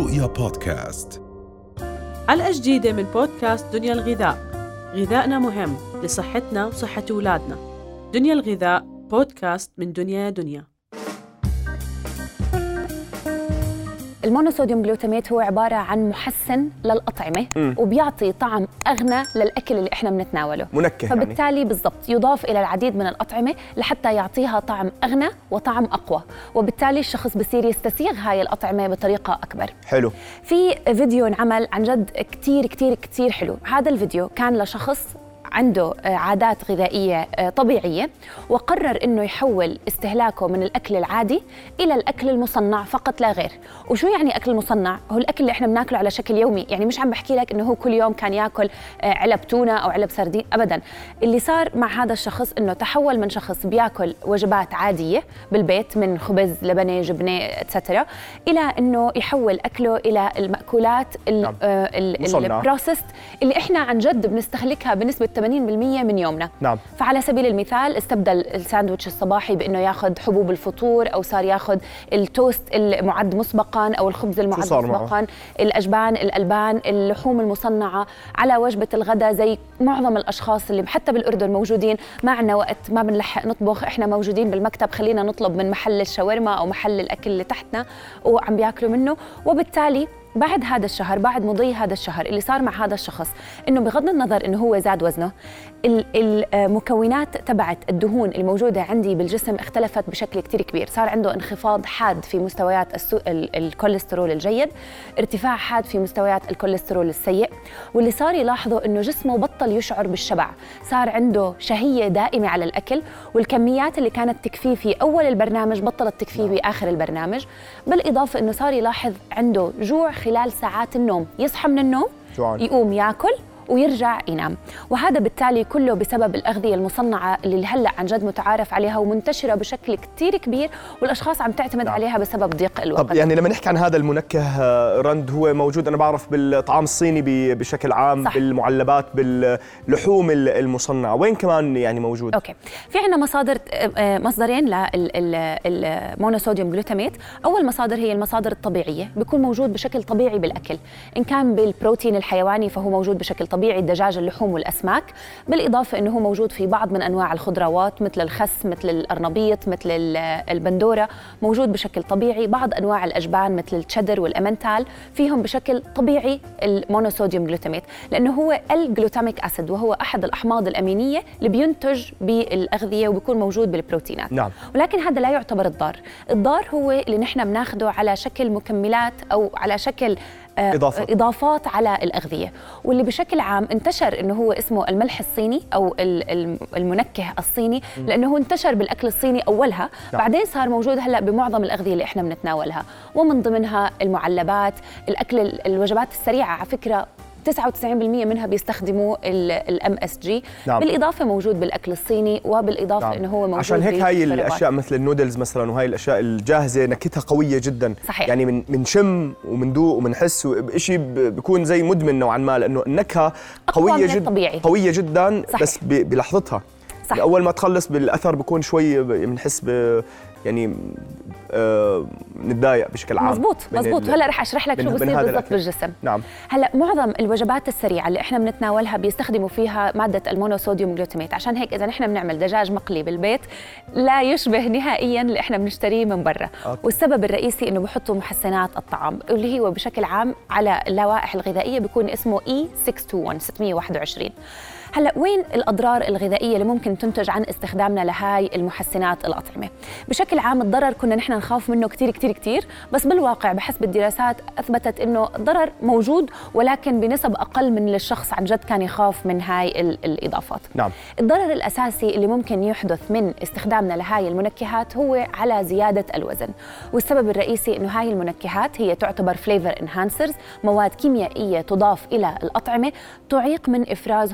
رؤيا بودكاست. حلقة جديدة من بودكاست دنيا الغذاء. غذائنا مهم لصحتنا وصحة أولادنا. دنيا الغذاء بودكاست من دنيا. المونوصوديوم جلوتاميت هو عبارة عن محسن للأطعمة وبيعطي طعم أغنى للأكل اللي إحنا بنتناوله، منكه فبالتالي يعني. بالضبط يضاف إلى العديد من الأطعمة لحتى يعطيها طعم أغنى وطعم أقوى، وبالتالي الشخص بصير يستسيغ هاي الأطعمة بطريقة أكبر. حلو. في فيديو انعمل عن جد كتير حلو. هذا الفيديو كان لشخص عنده عادات غذائية طبيعية وقرر إنه يحول استهلاكه من الأكل العادي إلى الأكل المصنع فقط لا غير. وشو يعني أكل مصنع؟ هو الأكل اللي إحنا بناكله على شكل يومي، يعني مش عم بحكي لك إنه هو كل يوم كان يأكل علب تونة أو علب سردين، أبداً. اللي صار مع هذا الشخص إنه تحول من شخص بيأكل وجبات عادية بالبيت من خبز، لبنة، جبنة، اتسترا، إلى إنه يحول أكله إلى المأكولات البروسيست اللي إحنا عن جد بنستهلكها بنسبة 80% من يومنا. نعم. فعلى سبيل المثال استبدل الساندويتش الصباحي بأنه ياخذ حبوب الفطور، أو صار ياخذ التوست المعد مسبقاً أو الخبز المعد مسبقاً، الأجبان، الألبان، اللحوم المصنعة على وجبة الغداء. زي معظم الأشخاص اللي حتى بالأردن موجودين، ما عنا وقت، ما بنلحق نطبخ، إحنا موجودين بالمكتب، خلينا نطلب من محل الشاورما أو محل الأكل اللي تحتنا وعم بياكلوا منه. وبالتالي بعد هذا الشهر، بعد مضي هذا الشهر، اللي صار مع هذا الشخص إنه بغض النظر إنه هو زاد وزنه، المكونات تبعت الدهون الموجودة عندي بالجسم اختلفت بشكل كتير كبير. صار عنده انخفاض حاد في مستويات الكوليسترول الجيد، ارتفاع حاد في مستويات الكوليسترول السيء، واللي صار يلاحظه إنه جسمه بطل يشعر بالشبع، صار عنده شهية دائمة على الأكل، والكميات اللي كانت تكفيه في أول البرنامج بطلت تكفيه بآخر البرنامج. بالإضافة إنه صار يلاحظ عنده جوع خلال ساعات النوم، يصحى من النوم جوعان، يقوم ياكل ويرجع ينام. وهذا بالتالي كله بسبب الأغذية المصنعة اللي هلأ عن جد متعارف عليها ومنتشرة بشكل كتير كبير، والأشخاص عم تعتمد عليها بسبب ضيق الوقت. طب يعني لما نحكي عن هذا المنكه رند، هو موجود أنا بعرف بالطعام الصيني بشكل عام، صح. بالمعلبات، باللحوم المصنعة، وين كمان يعني موجود؟ أوكي. في عنا مصدرين للمونوصوديوم جلوتاميت. أول مصادر هي المصادر الطبيعية، بيكون موجود بشكل طبيعي بالأكل، إن كان بالبروتين الحيواني فهو موجود بشكل طبيعي، الدجاج، اللحوم والأسماك، بالإضافة أنه موجود في بعض من أنواع الخضروات مثل الخس، مثل القرنبيط، مثل البندورة، موجود بشكل طبيعي. بعض أنواع الأجبان مثل التشيدر والأمنتال فيهم بشكل طبيعي المونوصوديوم جلوتاميت، لأنه هو الجلوتاميك أسيد، وهو أحد الأحماض الأمينية اللي بينتج بالأغذية وبيكون موجود بالبروتينات. نعم. ولكن هذا لا يعتبر الضار هو اللي نحن بناخده على شكل مكملات أو على شكل إضافات على الأغذية، واللي بشكل عام انتشر إنه هو اسمه الملح الصيني أو المنكه الصيني، لأنه هو انتشر بالأكل الصيني أولها. بعدين صار موجود هلأ بمعظم الأغذية اللي إحنا بنتناولها، ومن ضمنها المعلبات، الأكل، الوجبات السريعة. على فكرة 99% منها بيستخدموا MSG. نعم. بالإضافة موجود بالأكل الصيني، وبالإضافة نعم. إنه هو موجود عشان هيك هاي الأشياء مثل النودلز مثلا وهي الأشياء الجاهزة نكهتها قوية جدا. صحيح. يعني من شم ومن دوق ومن حس، وشيء بيكون زي مدمن نوعا ما، لأنه النكهة قوية جدا. صحيح. بس بلحظتها. صح. أول ما تخلص بالأثر بيكون شوي بنحس يعني نتضايق بشكل عام. مزبوط. هلا رح اشرح لك شو بصير بالضبط بالجسم. نعم. هلا معظم الوجبات السريعه اللي احنا بنتناولها بيستخدموا فيها ماده المونوصوديوم جلوتاميت. عشان هيك اذا نحن بنعمل دجاج مقلي بالبيت لا يشبه نهائيا اللي احنا بنشتريه من برا. والسبب الرئيسي انه بحطوا محسنات الطعام اللي هو بشكل عام على اللوائح الغذائيه بيكون اسمه E621 621. هلا وين الأضرار الغذائية اللي ممكن تنتج عن استخدامنا لهاي المحسنات الأطعمة؟ بشكل عام الضرر كنا نحن نخاف منه كتير، بس بالواقع بحسب الدراسات أثبتت إنه الضرر موجود، ولكن بنسب أقل من اللي الشخص عن جد كان يخاف من هاي الإضافات. نعم. الضرر الأساسي اللي ممكن يحدث من استخدامنا لهاي المنكهات هو على زيادة الوزن، والسبب الرئيسي إنه هاي المنكهات هي تعتبر فليفر انهانسرز، مواد كيميائية تضاف إلى الأطعمة تعيق من إفراز هرمون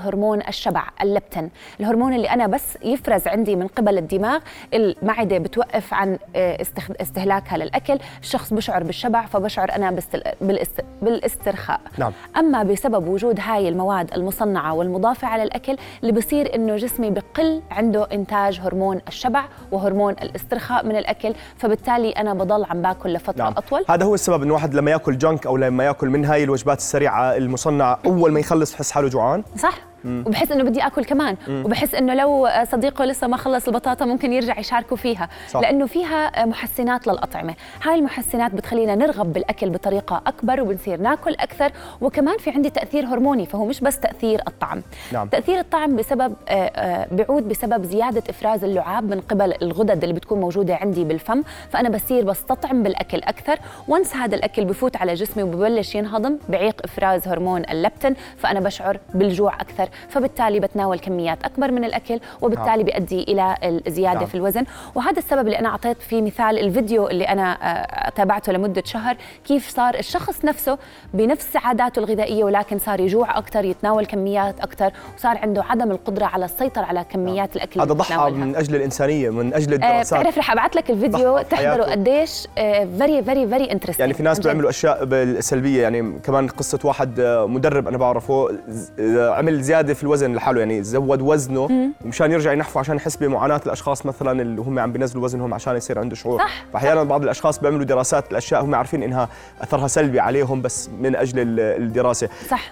الشبع اللبتن، الهرمون اللي أنا بس يفرز عندي من قبل الدماغ، المعدة بتوقف عن استهلاكها للأكل، الشخص بشعر بالشبع، فبشعر أنا بالاسترخاء. نعم. أما بسبب وجود هاي المواد المصنعة والمضافة على الأكل، اللي بصير إنه جسمي بقل عنده إنتاج هرمون الشبع وهرمون الاسترخاء من الأكل، فبالتالي أنا بضل عم باكل لفترة نعم. أطول. هذا هو السبب إنه واحد لما ياكل جنك أو لما ياكل من هاي الوجبات السريعة المصنعة أول ما يخلص بحس حاله جوعان. صح. وبحس انه بدي اكل كمان، وبحس انه لو صديقه لسه ما خلص البطاطا ممكن يرجع يشاركوا فيها. صح. لانه فيها محسنات للاطعمه، هاي المحسنات بتخلينا نرغب بالاكل بطريقه اكبر وبنصير ناكل اكثر، وكمان في عندي تاثير هرموني، فهو مش بس تاثير الطعم. نعم. تاثير الطعم بسبب بيعود بسبب زياده افراز اللعاب من قبل الغدد اللي بتكون موجوده عندي بالفم، فانا بصير بستطعم بالاكل اكثر، وانس هذا الاكل بفوت على جسمي وببلش ينهضم، بعيق افراز هرمون اللبتن، فانا بشعر بالجوع اكثر، فبالتالي بتناول كميات أكبر من الأكل، وبالتالي بيؤدي إلى الزيادة في الوزن. وهذا السبب اللي أنا أعطيت في مثال الفيديو اللي أنا تابعته لمدة شهر، كيف صار الشخص نفسه بنفس عاداته الغذائية ولكن صار يجوع أكثر، يتناول كميات أكثر، وصار عنده عدم القدرة على السيطرة على كميات الأكل. هذا ضحى من أجل الإنسانية، من أجل الدراسات. بتعرف رح أبعث لك الفيديو تحضره قديش very very very interesting. يعني في ناس بيعملوا أشياء بالسلبية، يعني كمان قصة واحد مدرب أنا بعرفه عمل زيادة في الوزن لحاله، يعني زود وزنه ومشان يرجع ينحفه عشان يحس بمعاناة الأشخاص مثلا اللي هم عم بينزلوا وزنهم عشان يصير عنده شعور. فأحيانا بعض الأشخاص بيعملوا دراسات الأشياء هم عارفين إنها أثرها سلبي عليهم بس من أجل الدراسة. صح.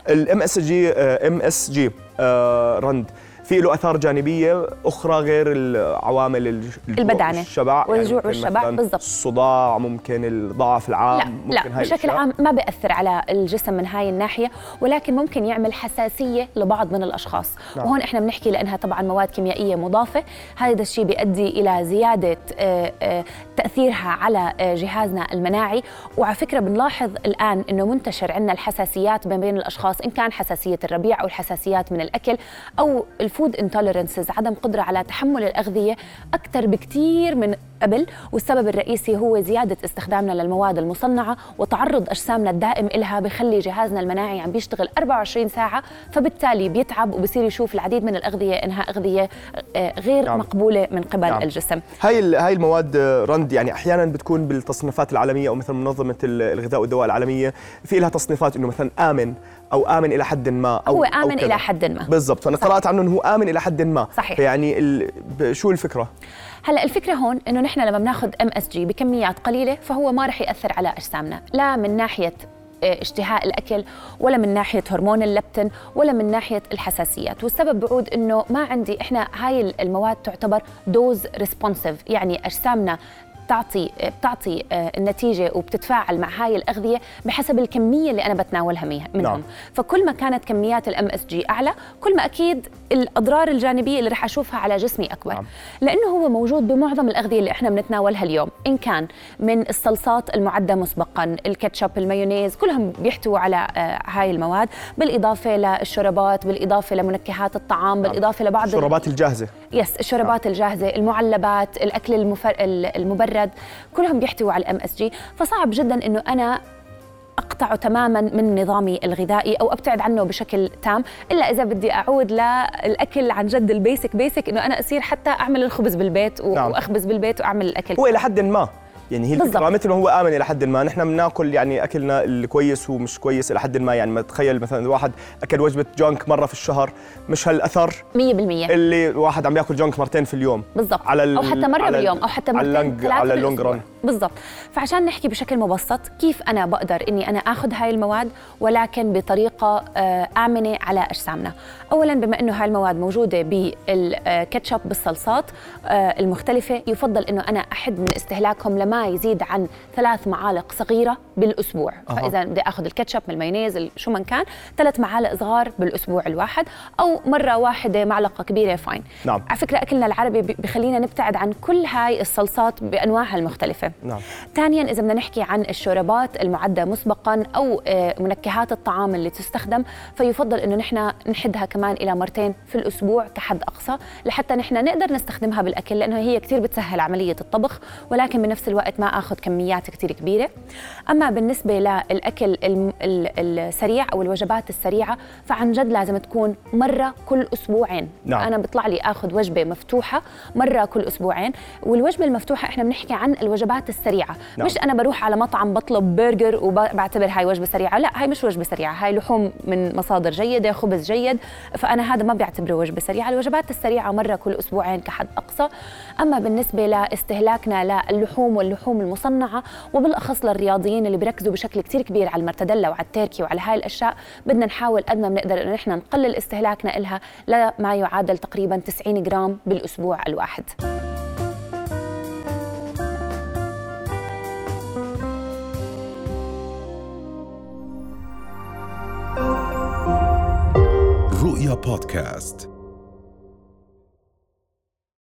MSG رند في له آثار جانبية أخرى غير العوامل البدانة الشبع والجوع يعني والشبع. بالضبط. الصداع، ممكن الضعف العام. لا بشكل عام ما بيأثر على الجسم من هاي الناحية، ولكن ممكن يعمل حساسية لبعض من الأشخاص. نعم. وهون إحنا بنحكي لأنها طبعا مواد كيميائية مضافة، هذا الشيء بيؤدي إلى زيادة تأثيرها على جهازنا المناعي. وعلى فكرة بنلاحظ الآن إنه منتشر عندنا الحساسيات ما بين الأشخاص، إن كان حساسية الربيع أو الحساسيات من الأكل أو الفود انتوليرنسز، عدم قدرة على تحمل الأغذية، أكثر بكثير من قبل. والسبب الرئيسي هو زيادة استخدامنا للمواد المصنعة وتعرض أجسامنا الدائم إلها، بخلي جهازنا المناعي عم بيشتغل 24 ساعة، فبالتالي بيتعب وبصير يشوف العديد من الأغذية إنها أغذية غير نعم. مقبولة من قبل نعم. الجسم. هاي المواد رند يعني أحيانا بتكون بالتصنيفات العالمية، أو مثل منظمة الغذاء والدواء العالمية في لها تصنيفات إنه مثلا آمن أو آمن إلى حد ما، أو هو آمن إلى حد ما. بالضبط. فأنا قرأت عنه إنه هو آمن إلى حد ما. صحيح. يعني شو الفكرة؟ هلا الفكرة هون إنه نحن لما بناخذ MSG بكميات قليلة فهو ما رح يأثر على أجسامنا، لا من ناحية اشتهاء الأكل ولا من ناحية هرمون اللبتن ولا من ناحية الحساسيات. والسبب بعود إنه ما عندي، إحنا هاي المواد تعتبر دوز ريسبونسيف، يعني أجسامنا بتعطي النتيجة وبتتفاعل مع هاي الأغذية بحسب الكمية اللي أنا بتناولها منهم. نعم. فكل ما كانت كميات MSG أعلى، كل ما أكيد الأضرار الجانبية اللي رح أشوفها على جسمي أكبر. نعم. لأنه هو موجود بمعظم الأغذية اللي إحنا بنتناولها اليوم، إن كان من الصلصات المعدة مسبقاً، الكاتشب، المايونيز، كلهم بيحتووا على هاي المواد، بالإضافة للشوربات، بالإضافة لمنكهات الطعام. نعم. بالإضافة لبعض الشوربات الجاهزة. الشوربات. نعم. الجاهزة، المعلبات، الأكل المبرد، كلهم بيحتووا على MSG. فصعب جدا إنه أنا أقطعه تماماً من نظامي الغذائي أو أبتعد عنه بشكل تام، إلا إذا بدي أعود للأكل عن جد البيسك إنه أنا أصير حتى أعمل الخبز بالبيت وأخبز بالبيت وأعمل الأكل. هو إلى حد ما يعني هي الفكرة، مثل هو آمن إلى حد ما. نحن بناكل يعني أكلنا الكويس ومش كويس إلى حد ما. يعني ما تخيل مثلا واحد أكل وجبة جانك مرة في الشهر، مش هالأثر 100% اللي واحد عم ياكل جانك مرتين في اليوم. بالضبط. أو حتى مرة باليوم، أو حتى مرتين ثلاثة على اللونج ران. بالضبط. فعشان نحكي بشكل مبسط كيف أنا بقدر إني أنا أخذ هاي المواد ولكن بطريقة آمنة على أجسامنا. أولاً بما إنه هاي المواد موجودة بالكاتشب، بالصلصات المختلفة، يفضل إنه أنا أحد من استهلاكهم لما يزيد عن 3 معالق صغيرة بالأسبوع. فإذا بدي أخذ الكاتشب من المايونيز شو من كان، 3 معالق صغار بالأسبوع الواحد، أو مرة واحدة معلقة كبيرة فاين. نعم. على فكرة أكلنا العربي بخلينا نبتعد عن كل هاي الصلصات بأنواعها المختلفة. نعم. ثانياً إذا بدنا نحكي عن الشوربات المعدة مسبقاً أو منكهات الطعام اللي تستخدم، فيفضل إنه نحن نحدها كمان إلى 2 مرات في الأسبوع كحد أقصى، لحتى نحن نقدر نستخدمها بالأكل، لأنه هي كتير بتسهل عملية الطبخ، ولكن بنفس الوقت ما أخذ كميات كتير كبيرة. أما أما بالنسبة للأكل السريع أو الوجبات السريعة فعن جد لازم تكون مرة كل أسبوعين. نعم. أنا بطلع لي أخذ وجبة مفتوحة مرة كل أسبوعين. والوجبة المفتوحة إحنا بنحكي عن الوجبات السريعة. نعم. مش أنا بروح على مطعم بطلب برجر وبعتبر هاي وجبة سريعة، لا، هاي مش وجبة سريعة، هاي لحوم من مصادر جيدة، خبز جيد، فأنا هذا ما بعتبره وجبة سريعة. الوجبات السريعة مرة كل أسبوعين كحد أقصى. أما بالنسبة لاستهلاكنا للحوم واللحوم المصنعة وبالأخص للرياضيين اللي بيركزوا بشكل كتير كبير على المرتدلة وعلى التركي وعلى هاي الأشياء، بدنا نحاول قد ما بنقدر إنه نحن نقلل استهلاكنا إلها لما يعادل تقريباً 90 جرام بالأسبوع الواحد. رؤيا بودكاست.